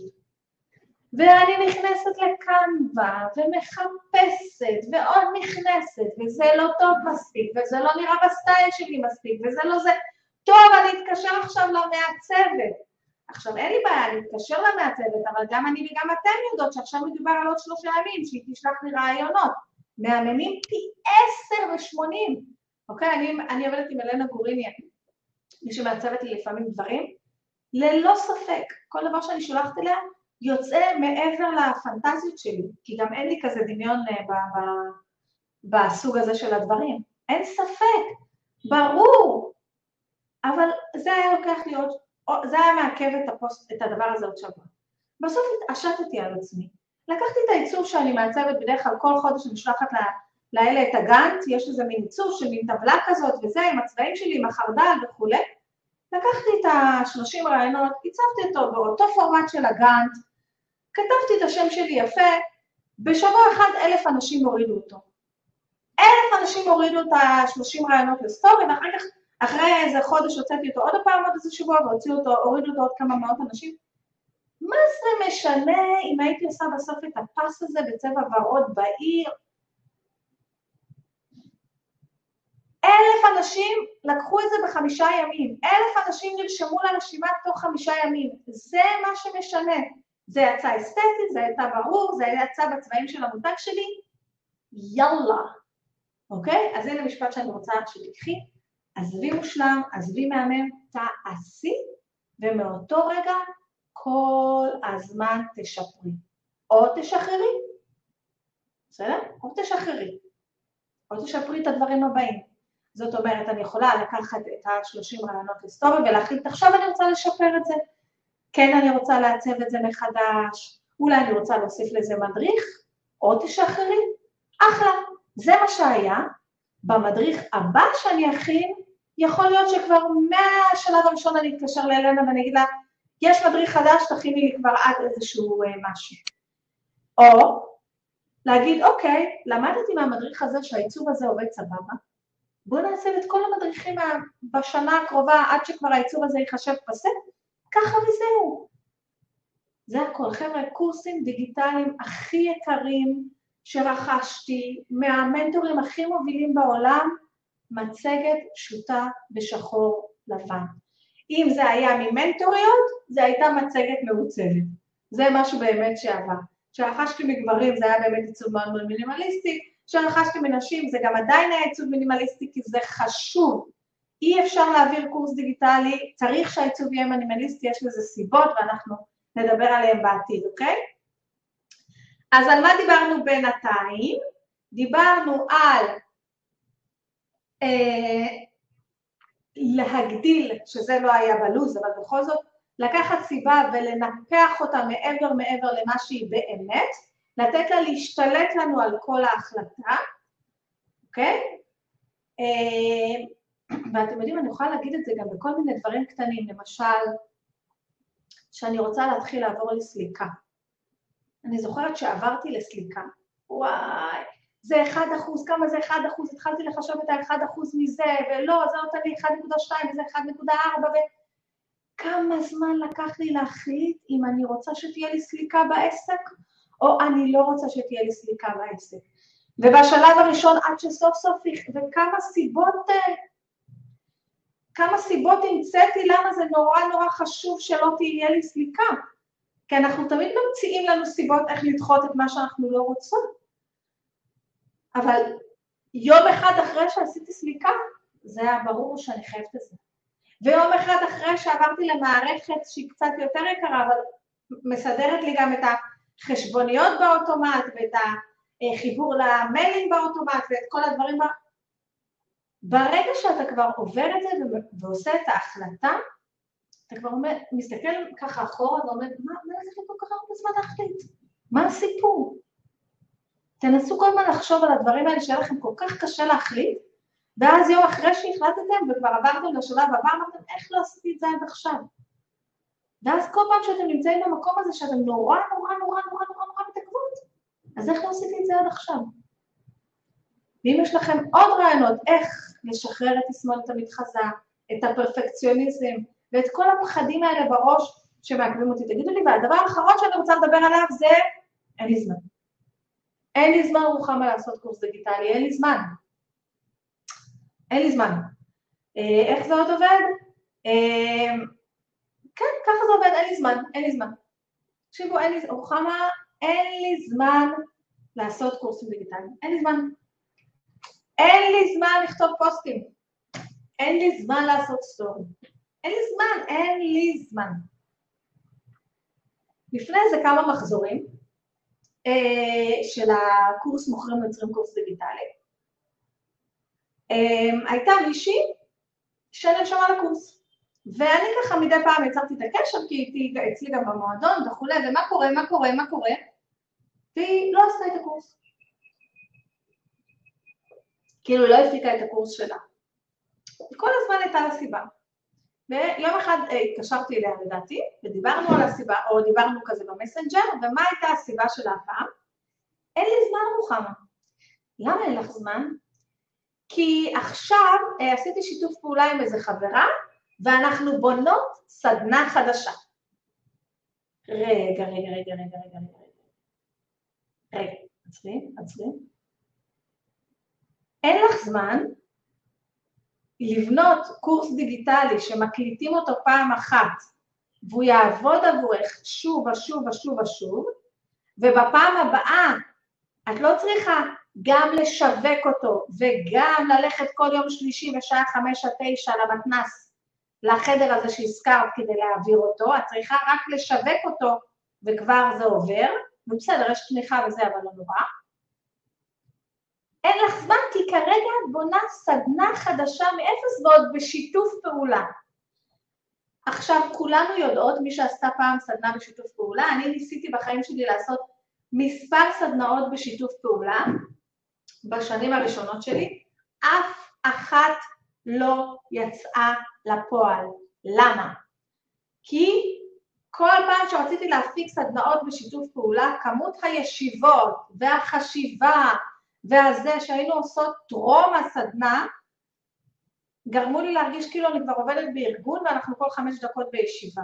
ואני נכנסת לקנבה, ומחפשת, ועוד נכנסת, וזה לא טוב מספיק, וזה לא נראה בסטייל שלי מספיק, וזה לא זה, טוב, אני אתקשר עכשיו למעצבת. עכשיו, אין לי בעיה, אני אתקשר למעצבת, אבל גם אני וגם אתם יודעות שעכשיו מדובר על עוד שלושה ימים, שהיא תשלח לי רעיונות, מאמנים פי עשר ושמונים. אוקיי, אני, אני עובדת עם אלנה גוריני, מי שמעצבת לי לפעמים דברים, ללא ספק, כל דבר שאני שולחת אליה, יוצא מעבר לפנטזיות שלי, כי גם אין לי כזה דמיון ב, ב, בסוג הזה של הדברים. אין ספק, ברור, אבל זה היה לוקח לי עוד, זה היה מעכב את, הפוסט, את הדבר הזה עוד שבוע. בסוף התעשתתי על עצמי. לקחתי את העיצוב שאני מעצבת בדרך כלל כל חודש, אני שלחת לאלה את הגאנט, יש איזה מין עיצוב של מין טבלה כזאת וזה, עם הצבעים שלי, עם החרדל וכו'. לקחתי את ה-שלושים רעיונות, הצבתי אותו באותו פורמט של הגאנט, כתבתי את השם שלי יפה, בשבוע אחד אלף אנשים הורידו אותו. אלף אנשים הורידו את ה-שלושים רעיונות לסטורי, ואחר כך, אחרי איזה חודש הוצאתי אותו עוד פעם, עוד איזה שבוע, והוציאו אותו, הורידו אותו עוד כמה מאות אנשים. מה זה משנה אם הייתי עושה בסוף את הפס הזה בצבע ורוד בעיר? אלף אנשים לקחו את זה בחמישה ימים, אלף אנשים נרשמו לרשימה תוך חמישה ימים, זה מה שמשנה. זה יצא אסתטי, זה יצא ברור, זה יצא בצבעים של המותג שלי, יאללה. אוקיי? אז הנה משפט שאני רוצה שתקחי, עזבי מושלם, עזבי מהמם, תעשי, ומאותו רגע כל הזמן תשפרי. או תשחררי, בסדר? או תשחררי, או תשפרי את הדברים הבאים. זאת אומרת, אני יכולה לקחת את ה-שלושים רעיונות לסטורי ולהחליט, עכשיו אני רוצה לשפר את זה. כן, אני רוצה לעצב את זה מחדש, אולי אני רוצה להוסיף לזה מדריך, או תשחררי. אחלה, זה מה שהיה. במדריך הבא שאני אכין, יכול להיות שכבר מהשלב הראשון אני אתקשר לאלנה ואני אגיד לה, יש מדריך חדש, תכיני לי כבר עד איזשהו אה, משהו. או להגיד, אוקיי, למדתי מהמדריך הזה שהעיצוב הזה עובד סבבה, בואו נעשה את כל המדריכים בשנה הקרובה עד שכבר העיצוב הזה ייחשב פסה, ככה וזהו. זה הכל, חבר'ה, קורסים דיגיטליים הכי יקרים שרכשתי, מהמנטורים הכי מובילים בעולם, מצגת פשוטה בשחור לבן. אם זה היה ממנטוריות, זה הייתה מצגת מעוצבת. זה משהו באמת שעבר. כשרכשתי מגברים זה היה באמת עיצוב מאוד מאוד מינימליסטי, כשרכשתי מנשים זה גם עדיין היה עיצוב מינימליסטי, כי זה חשוב. אי אפשר להעביר קורס דיגיטלי, צריך שהעיצוב יהיה מינימליסטי, יש לזה סיבות ואנחנו נדבר עליהם בעתיד, אוקיי? אז על מה דיברנו בינתיים? דיברנו על אה, להגדיל, שזה לא היה בלוז, אבל בכל זאת, לקחת סיבה ולנפח אותה מעבר מעבר למה שהיא באמת, לתת לה להשתלט לנו על כל ההחלטה, אוקיי? אה, ואתם יודעים, אני יכולה להגיד את זה גם בכל מיני דברים קטנים, למשל, שאני רוצה להתחיל לעבור לסליקה. אני זוכרת שעברתי לסליקה, וואי, זה אחד אחוז, כמה זה אחד אחוז, התחלתי לחשב את ה-אחד אחוז מזה, ולא, זה נותן לי אחד נקודה שתיים, וזה אחד נקודה ארבע, וכמה זמן לקח לי להחליט אם אני רוצה שתהיה לי סליקה בעסק, או אני לא רוצה שתהיה לי סליקה בעסק. ובשלב הראשון, עד שסוף סוף, וכמה סיבות, כמה סיבות המצאתי למה זה נורא נורא חשוב שלא תהיה לי סליקה. כי אנחנו תמיד ממציאים לנו סיבות איך לדחות את מה שאנחנו לא רוצות. אבל יום אחד אחרי שעשיתי סליקה, זה היה ברור שאני חייבת את זה. ויום אחד אחרי שעברתי למערכת שהיא קצת יותר יקרה, אבל מסדרת לי גם את החשבוניות באוטומט, ואת החיבור למיילים באוטומט, ואת כל הדברים. ברגע שאתה כבר עובר את זה ועושה את ההחלטה, אתה כבר מסתכל ככה אחורה ואומר, מה, מה צריך לי כל כך הרבה זמן להחליט? מה הסיפור? תנסו כל הזמן לחשוב על הדברים האלה שהיה לכם כל כך קשה להחליט, ואז יום אחרי שהחלטתם וכבר עברתם לשלב הבא, אמרתם, איך לא עשיתי את זה עד עכשיו? ואז כל פעם שאתם נמצאים במקום הזה שאתם נורא נורא נורא נורא נורא נורא מתעכבות, אז איך לא עשיתי את זה עד עכשיו? ואם יש לכם עוד רעיונות איך לשחרר את תסמונת המתחזה, את הפרפקציוניזם, ואת כל הפחדים האלה בראש שמעכבים אותי, תגידו לי, והדבר האחרון שאני רוצה לדבר עליו זה, אין לי זמן. אין לי זמן רוחמה לעשות קורס דיגיטלי, אין לי זמן. אין לי זמן. איך זה עוד עובד? כן, ככה זה עובד, אין לי זמן, אין לי זמן. תקשיבו, אין לי, רוחמה, אין לי זמן לעשות קורסים דיגיטליים, אין לי זמן. אין לי זמן לכתוב פוסטים. אין לי זמן לעשות סטורי. אין לי זמן, אין לי זמן. לפני זה כמה מחזורים אה, של הקורס מוכרים ויוצרים קורס דיגיטלי. אה, הייתה מישהי שנרשמה לקורס. ואני ככה מדי פעם יצרתי את הקשר, כי הייתי אצלי גם במועדון וכולי, ומה קורה, מה קורה, מה קורה, והיא לא עשתה את הקורס. כאילו היא לא הפיקה את הקורס שלה. כל הזמן הייתה לה סיבה. ויום אחד התקשרתי אליה לדעתי, ודיברנו על הסיבה, או דיברנו כזה במסנג'ר, ומה הייתה הסיבה שלה הפעם? אין לי זמן, רוחמה. למה אין לך זמן? כי עכשיו עשיתי שיתוף פעולה עם איזה חברה, ואנחנו בונות סדנה חדשה. רגע, רגע, רגע, רגע, רגע, רגע. רגע, עצרי, עצרי. אין לך זמן לבנות קורס דיגיטלי שמקליטים אותו פעם אחת, והוא יעבוד עבורך שוב ושוב ושוב ושוב, ובפעם הבאה את לא צריכה גם לשווק אותו, וגם ללכת כל יום שלישי בשעה חמש עד תשע למתנ"ס, לחדר הזה שהזכרת כדי להעביר אותו, את צריכה רק לשווק אותו, וכבר זה עובר, ובסדר, יש תמיכה וזה, אבל לא נורא. אין לך זמן, כי כרגע את בונה סדנה חדשה מאפס ועוד בשיתוף פעולה. עכשיו, כולנו יודעות, מי שעשתה פעם סדנה בשיתוף פעולה, אני ניסיתי בחיים שלי לעשות מספר סדנאות בשיתוף פעולה, בשנים הראשונות שלי, אף אחת לא יצאה לפועל. למה? כי כל פעם שרציתי להפיק סדנאות בשיתוף פעולה, כמות הישיבות והחשיבה והזה שהיינו עושות טרום הסדנה, גרמו לי להרגיש כאילו אני כבר עובדת בארגון ואנחנו כל חמש דקות בישיבה.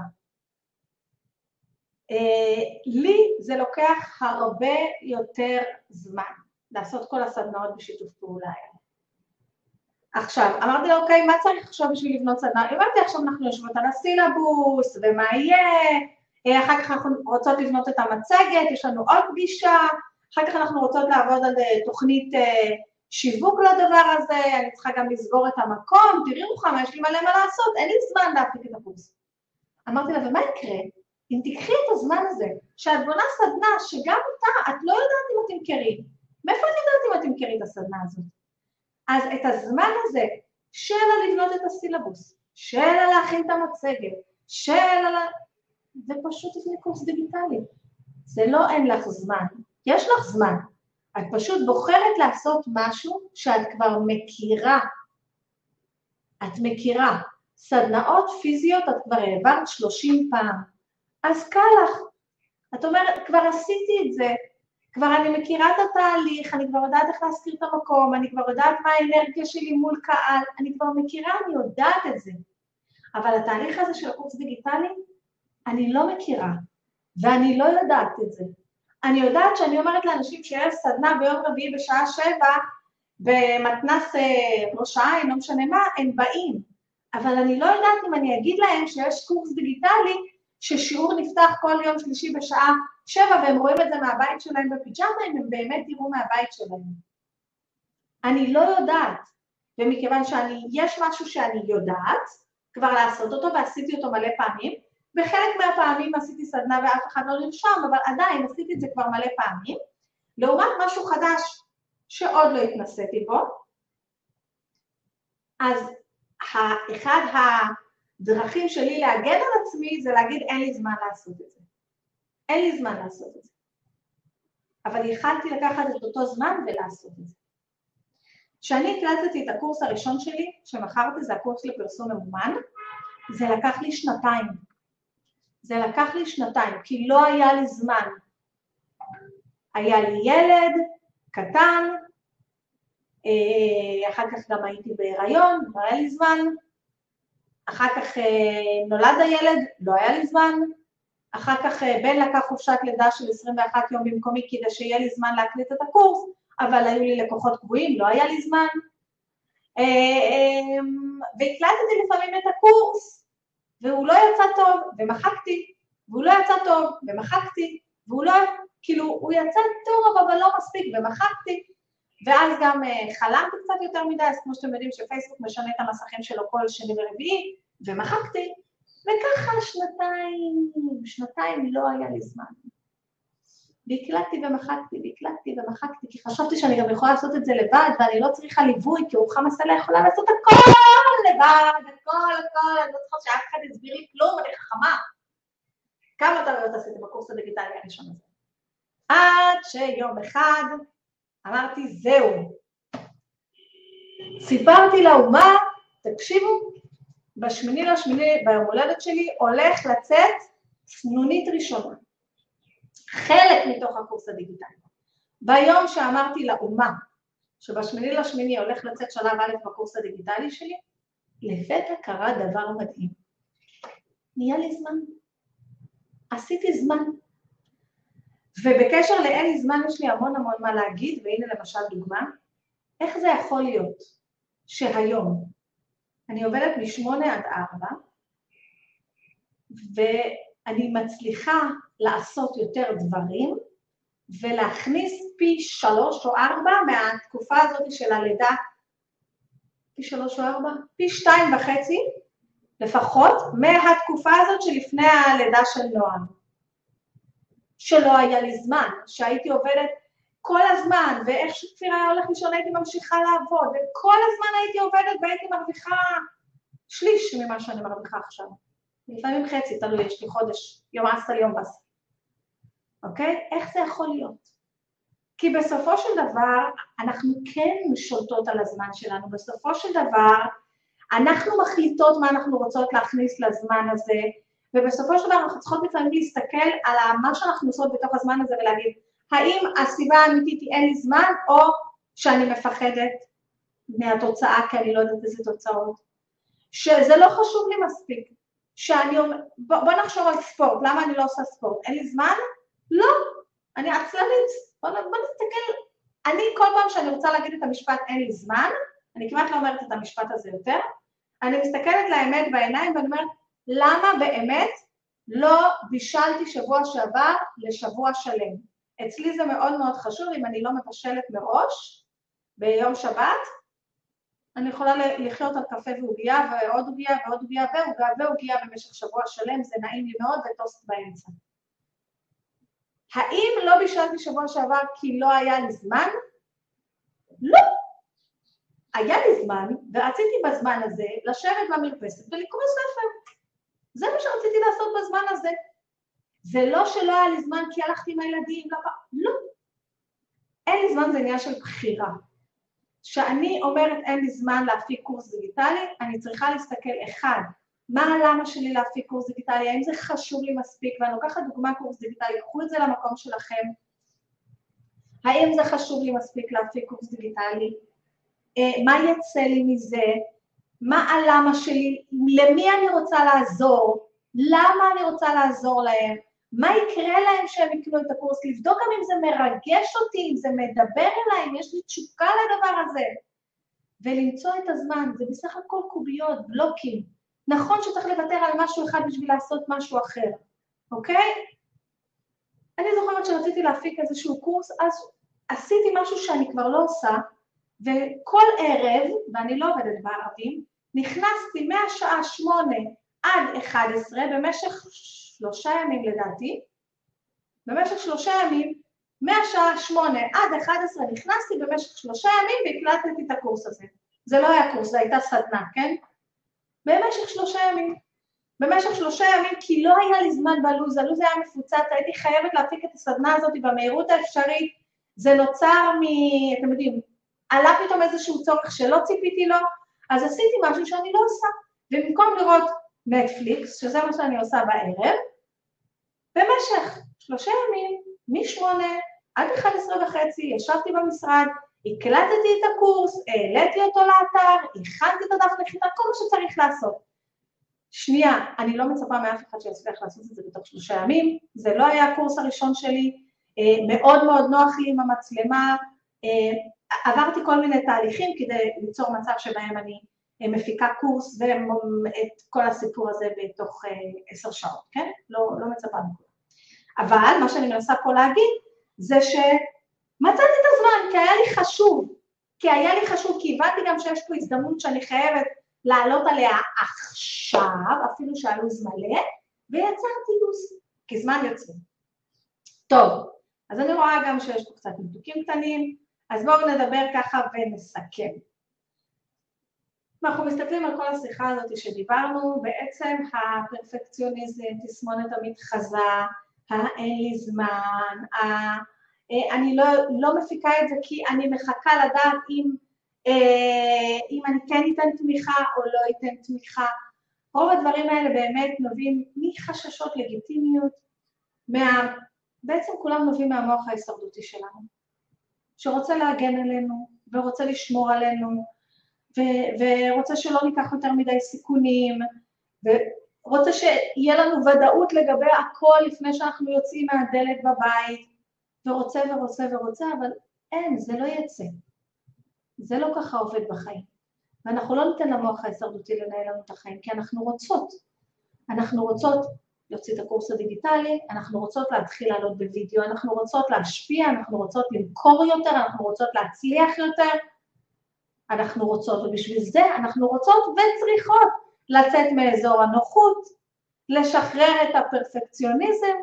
לי זה לוקח הרבה יותר זמן לעשות כל הסדנאות בשיתוף פעולה. עכשיו, אמרתי לה, אוקיי, מה צריך עכשיו בשביל לבנות סדנה? הבנתי, עכשיו אנחנו יושבות על הסילבוס, ומה יהיה, אחר כך אנחנו רוצות לבנות את המצגת, יש לנו עוד פגישה, אחר כך אנחנו רוצות לעבוד על תוכנית שיווק לדבר הזה, אני צריכה גם לסגור את המקום, תראי רוחמה, יש לי מלא מה לעשות, אין לי זמן להפיק את הקורס. אמרתי לה, ומה יקרה? אם תקחי את הזמן הזה, שאת בונה סדנה, שגם אותה, את לא יודעת אם את תמכרי. מאיפה את יודעת אם את תמכרי את הסדנה הזאת? אז את הזמן הזה, שאלה לבנות את הסילבוס, שאלה להכין את המצגת, שאלה... זה פשוט איזה קורס דיגיטלי. זה לא אין לך זמן, יש לך זמן. את פשוט בוחרת לעשות משהו שאת כבר מכירה. את מכירה. סדנאות פיזיות את כבר העברת שלושים פעם. אז קל לך. את אומרת, כבר עשיתי את זה, כבר אני מכירה את התהליך, אני כבר יודעת איך להזכיר את המקום, אני כבר יודעת מה האנרגיה שלי מול קהל, אני כבר מכירה, אני יודעת את זה. אבל התהליך הזה של הקורס דיגיטלי, אני לא מכירה, ואני לא יודעת את זה. אני יודעת שאני אומרת לאנשים שיש סדנה ביום רביעי בשעה שבע, במתנ"ס ראש העין, לא משנה מה, הם באים. אבל אני לא יודעת אם אני אגיד להם שיש קורס דיגיטלי, ששיעור נפתח כל יום שלישי בשעה שבע, והם רואים את זה מהבית שלהם בפיג'מה, אם הם באמת יראו מהבית שלהם. אני לא יודעת, ומכיוון שיש משהו שאני יודעת, כבר לעשות אותו, ועשיתי אותו מלא פעמים, בחלק מהפעמים עשיתי סדנה ואף אחד לא נרשם, אבל עדיין עשיתי את זה כבר מלא פעמים, לעומת משהו חדש שעוד לא התנסיתי בו. אז אחד הדרכים שלי להגן על עצמי זה להגיד אין לי זמן לעשות את זה. אין לי זמן לעשות את זה. אבל יכלתי לקחת את אותו זמן ולעשות את זה. כשאני הקלטתי את הקורס הראשון שלי, שמכרתי, זה הקורס לפרסום ממומן, זה לקח לי שנתיים. זה לקח לי שנתיים, כי לא היה לי זמן. היה לי ילד קטן, אחר כך גם הייתי בהיריון, לא היה לי זמן, אחר כך נולד הילד, לא היה לי זמן, אחר כך בן לקח חופשת לידה של עשרים ואחד יום במקומי כדי שיהיה לי זמן להקליט את הקורס, אבל היו לי לקוחות קבועים, לא היה לי זמן, והקלטתי לפעמים את הקורס, והוא לא יצא טוב, ומחקתי, והוא לא יצא טוב, ומחקתי, והוא לא, כאילו, הוא יצא טוב, אבל לא מספיק, ומחקתי, ואז גם חלמתי קצת יותר מדי, אז כמו שאתם יודעים שפייסבוק משנה את המסכים שלו כל שני ורביעי, ומחקתי, וככה שנתיים, שנתיים לא היה לי זמן. והקלטתי ומחקתי, והקלטתי ומחקתי, כי חשבתי שאני גם יכולה לעשות את זה לבד, ואני לא צריכה ליווי, כי רוחמה סלע יכולה לעשות הכל לבד, הכל, הכל, אני לא צריכה שאף אחד יסביר לי כלום, אני חכמה. כמה טעויות עשיתי בקורס הדיגיטלי הראשון הזה? עד שיום אחד אמרתי, זהו. סיפרתי לאומה, תקשיבו, בשמיני לשמיני, ביום הולדת שלי, הולך לצאת סנונית ראשונה. חלק מתוך הקורס הדיגיטלי. ביום שאמרתי לאומה, שבשמיני לשמיני הולך לצאת שלב א' בקורס הדיגיטלי שלי, לפתע קרה דבר מדהים. נהיה לי זמן. עשיתי זמן. ובקשר לאין לי זמן יש לי המון המון מה להגיד, והנה למשל דוגמה, איך זה יכול להיות שהיום אני עובדת משמונה עד ארבע, ואני מצליחה לעשות יותר דברים, ולהכניס פי שלוש או ארבע מהתקופה הזאת של הלידה, פי שלוש או ארבע, פי שתיים וחצי, לפחות מהתקופה הזאת שלפני הלידה של נועם. שלא היה לי זמן, שהייתי עובדת כל הזמן, ואיך שכפיר היה הולך לישון הייתי ממשיכה לעבוד, וכל הזמן הייתי עובדת והייתי מרוויחה שליש ממה שאני מרוויחה עכשיו. לפעמים חצי, תלוי, יש לי חודש, יום עשרה יום בס. אוקיי? איך זה יכול להיות? כי בסופו של דבר, אנחנו כן שולטות על הזמן שלנו, בסופו של דבר, אנחנו מחליטות מה אנחנו רוצות להכניס לזמן הזה, ובסופו של דבר אנחנו צריכות לפעמים להסתכל על מה שאנחנו עושות בתוך הזמן הזה ולהגיד, האם הסיבה האמיתית היא אין לי זמן, או שאני מפחדת מהתוצאה, כי אני לא יודעת איזה תוצאות. שזה לא חשוב לי מספיק. שאני אומר, בוא, בוא נחשוב על ספורט, למה אני לא עושה ספורט? אין לי זמן? לא, אני עצלנית. בוא, בוא נסתכל, אני כל פעם שאני רוצה להגיד את המשפט אין לי זמן, אני כמעט לא אומרת את המשפט הזה יותר, אני מסתכלת לאמת בעיניים ואני אומרת, למה באמת לא בישלתי שבוע שעבר לשבוע שלם? אצלי זה מאוד מאוד חשוב, אם אני לא מבשלת מראש, ביום שבת, אני יכולה לחיות על קפה ועוגיה, ועוד עוגיה ועוד עוגיה ועוגיה ועוגיה במשך שבוע שלם, זה נעים לי מאוד וטוסט באמצע. האם לא בישלתי שבוע שעבר כי לא היה לי זמן? לא. היה לי זמן, ורציתי בזמן הזה לשבת במרפסת ולקרוא ספר. זה מה שרציתי לעשות בזמן הזה. זה לא שלא היה לי זמן כי הלכתי עם הילדים, לא, לא. אין לי זמן, זה עניין של בחירה. כשאני אומרת אין לי זמן להפיק קורס דיגיטלי, אני צריכה להסתכל אחד, מה הלמה שלי להפיק קורס דיגיטלי, האם זה חשוב לי מספיק, ואני לוקחת דוגמה קורס דיגיטלי, קחו את זה למקום שלכם, האם זה חשוב לי מספיק להפיק קורס דיגיטלי, מה יצא לי מזה, מה הלמה שלי, למי אני רוצה לעזור, למה אני רוצה לעזור להם, מה יקרה להם שהם יקנו את הקורס, לבדוק גם אם זה מרגש אותי, אם זה מדבר אליי, אם יש לי תשוקה לדבר הזה, ולמצוא את הזמן, זה בסך הכל קוביות, בלוקים, נכון שצריך לוותר על משהו אחד בשביל לעשות משהו אחר, אוקיי? אני זוכרת שרציתי להפיק איזשהו קורס, אז עשיתי משהו שאני כבר לא עושה, וכל ערב, ואני לא עובדת בערבים, נכנסתי מהשעה שמונה עד אחת עשרה, במשך שלושה ימים לדעתי, במשך שלושה ימים, מהשעה שמונה עד אחת עשרה נכנסתי במשך שלושה ימים והקלטתי את הקורס הזה. זה לא היה קורס, זה הייתה סדנה, כן? במשך שלושה ימים. במשך שלושה ימים, כי לא היה לי זמן בלוז, הלוז היה מפוצץ, הייתי חייבת להפיק את הסדנה הזאת במהירות האפשרית, זה נוצר מ... אתם יודעים, עלה פתאום איזשהו צורך שלא ציפיתי לו, אז עשיתי משהו שאני לא עושה, ובמקום לראות נטפליקס, שזה מה שאני עושה בערב, במשך שלושה ימים, משמונה עד אחת עשרה וחצי, ישבתי במשרד, הקלטתי את הקורס, העליתי אותו לאתר, הכנתי את הדף נחיתה, כל מה שצריך לעשות. שנייה, אני לא מצפה מאף אחד שיצליח לעשות את זה בתוך שלושה ימים, זה לא היה הקורס הראשון שלי, מאוד מאוד נוח לי עם המצלמה, עברתי כל מיני תהליכים כדי ליצור מצב שבהם אני מפיקה קורס ואת כל הסיפור הזה בתוך עשר שעות, כן? לא, לא מצפה מכולם. אבל מה שאני מנסה פה להגיד זה שמצאתי את הזמן כי היה לי חשוב, כי היה לי חשוב, כי הבנתי גם שיש פה הזדמנות שאני חייבת לעלות עליה עכשיו, אפילו שהלו"ז מלא, ויצרתי לו"ז, כי זמן יוצא. טוב, אז אני רואה גם שיש פה קצת ניתוקים קטנים, אז בואו נדבר ככה ונסכם. אנחנו מסתכלים על כל השיחה הזאת שדיברנו, בעצם הפרפקציוניזם, תסמונת המתחזה, האין לי זמן, אני לא, לא מפיקה את זה כי אני מחכה לדעת אם, אם אני כן אתן תמיכה או לא אתן תמיכה. רוב הדברים האלה באמת נובעים מחששות לגיטימיות, מה, בעצם כולם נובעים מהמוח ההישרדותי שלנו, שרוצה להגן עלינו ורוצה לשמור עלינו, ו- ורוצה שלא ניקח יותר מדי סיכונים, ורוצה שיהיה לנו ודאות לגבי הכל לפני שאנחנו יוצאים מהדלת בבית, ורוצה ורוצה ורוצה, אבל אין, זה לא יצא. זה לא ככה עובד בחיים. ואנחנו לא ניתן למוח ההישרדותי לנהל לנו את החיים, כי אנחנו רוצות. אנחנו רוצות להוציא את הקורס הדיגיטלי, אנחנו רוצות להתחיל לעלות בווידאו, אנחנו רוצות להשפיע, אנחנו רוצות למכור יותר, אנחנו רוצות להצליח יותר, אנחנו רוצות, ובשביל זה אנחנו רוצות וצריכות לצאת מאזור הנוחות, לשחרר את הפרפקציוניזם,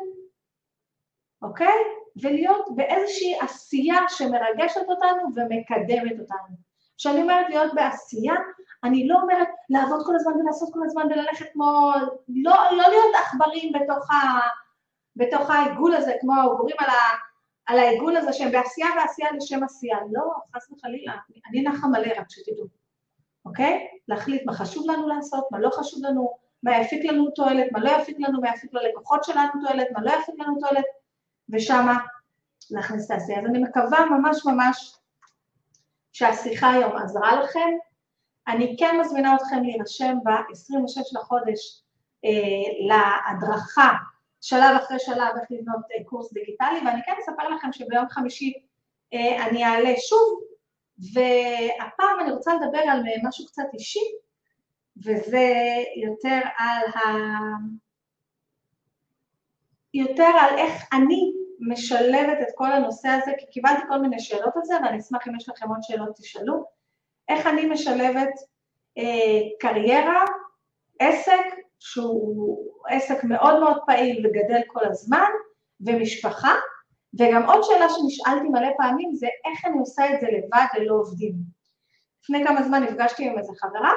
אוקיי? ולהיות באיזושהי עשייה שמרגשת אותנו ומקדמת אותנו. כשאני אומרת להיות בעשייה, אני לא אומרת לעבוד כל הזמן ולעשות כל הזמן וללכת כמו, לא, לא להיות עכברים בתוך, ה, בתוך העיגול הזה, כמו העוגרים על, ה, על העיגול הזה שהם בעשייה ועשייה לשם עשייה. לא, חס וחלילה, אני נחה מלא רק שתדעו, אוקיי? להחליט מה חשוב לנו לעשות, מה לא חשוב לנו, מה יפיק לנו תועלת, מה לא יפיק לנו, מה יפיק ללקוחות שלנו תועלת, מה לא יפיק לנו תועלת, ושמה להכניס את העשייה. אז אני מקווה ממש ממש שהשיחה היום עזרה לכם. אני כן מזמינה אתכם להירשם ב-עשרים ושש לחודש אה, להדרכה, שלב אחרי שלב איך לבנות אה, קורס דיגיטלי, ואני כן אספר לכם שביום חמישי אה, אני אעלה שוב, והפעם אני רוצה לדבר על משהו קצת אישי, וזה יותר על, ה... יותר על איך אני משלבת את כל הנושא הזה, כי קיבלתי כל מיני שאלות על זה, ואני אשמח אם יש לכם עוד שאלות תשאלו, איך אני משלבת אה, קריירה, עסק, שהוא עסק מאוד מאוד פעיל וגדל כל הזמן, ומשפחה, וגם עוד שאלה שנשאלתי מלא פעמים, זה איך אני עושה את זה לבד ללא עובדים. לפני כמה זמן נפגשתי עם איזה חברה,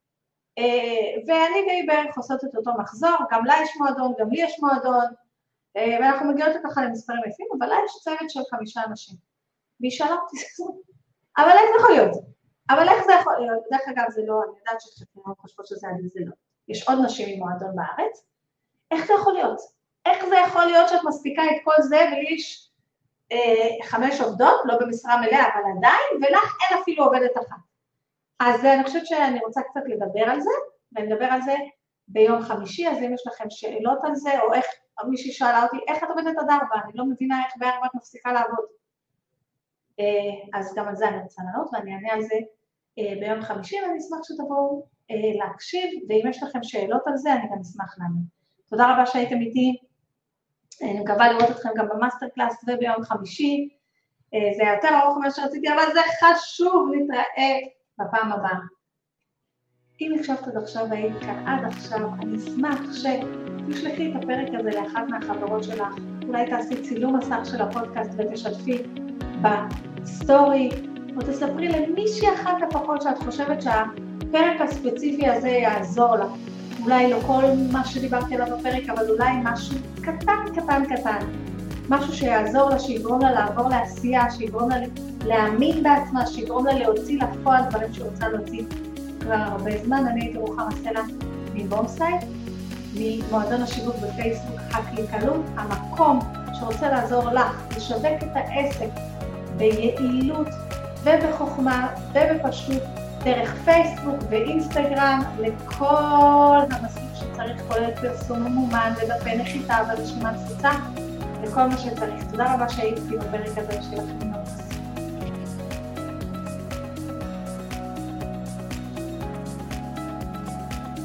אה, ואני והיא בערך עושות את אותו מחזור, גם לה יש מועדון, גם לי יש מועדון, ואנחנו מגיעות ככה למספרים יפים, אבל לה יש צוות של חמישה אנשים. והיא שאלה אותי, אבל איך זה יכול להיות? אבל איך זה יכול להיות? דרך אגב זה לא, אני יודעת שחלקנו חושבות שזה עדיין זה לא. יש עוד נשים עם מועדון בארץ. איך זה יכול להיות? איך זה יכול להיות שאת מספיקה את כל זה ויש אה, חמש עובדות, לא במשרה מלאה, אבל עדיין, ולך אין אפילו עובדת אחת. אז אני חושבת שאני רוצה קצת לדבר על זה, ואני מדבר על זה ביום חמישי, אז אם יש לכם שאלות על זה, או איך, מישהי שאלה אותי, איך את עובדת עד ארבע? אני לא מבינה איך בארבע את מפסיקה לעבוד. אז גם על זה אני רוצה לענות, ואני אענה על זה ביום חמישי, ואני אשמח שתבואו להקשיב, ואם יש לכם שאלות על זה, אני גם אשמח לענות. תודה רבה שהייתם איתי, אני מקווה לראות אתכם גם במאסטר קלאס וביום חמישי, זה יותר ארוך ממה שרציתי, אבל זה חשוב להתראה בפעם הבאה. אם הקשבת עד עכשיו והיית כאן עד עכשיו, אני אשמח שתשלחי את הפרק הזה לאחת מהחברות שלך, אולי תעשי צילום מסך של הפודקאסט ותשתפי בסטורי, או תספרי למישהי אחת לפחות שאת חושבת שהפרק הספציפי הזה יעזור לך. אולי לא כל מה שדיברתי עליו בפרק, אבל אולי משהו קטן, קטן, קטן. משהו שיעזור לה, שיגרום לה לעבור לעשייה, שיגרום לה להאמין בעצמה, שיגרום לה להוציא לפועל דברים שרוצה להוציא כבר הרבה זמן. אני הייתי רוחמה סלע מבומסייט, ממועדון השיווק בפייסבוק הקליקלות, המקום שרוצה לעזור לך לשווק את העסק ביעילות ובחוכמה ובפשוט דרך פייסבוק ואינסטגרם לכל המסלול שצריך, כולל פרסום ממומן ודפי נחיתה ורשימת תפוצה וכל מה שצריך. תודה רבה שהייתי בפרק הזה, שיהיה לכם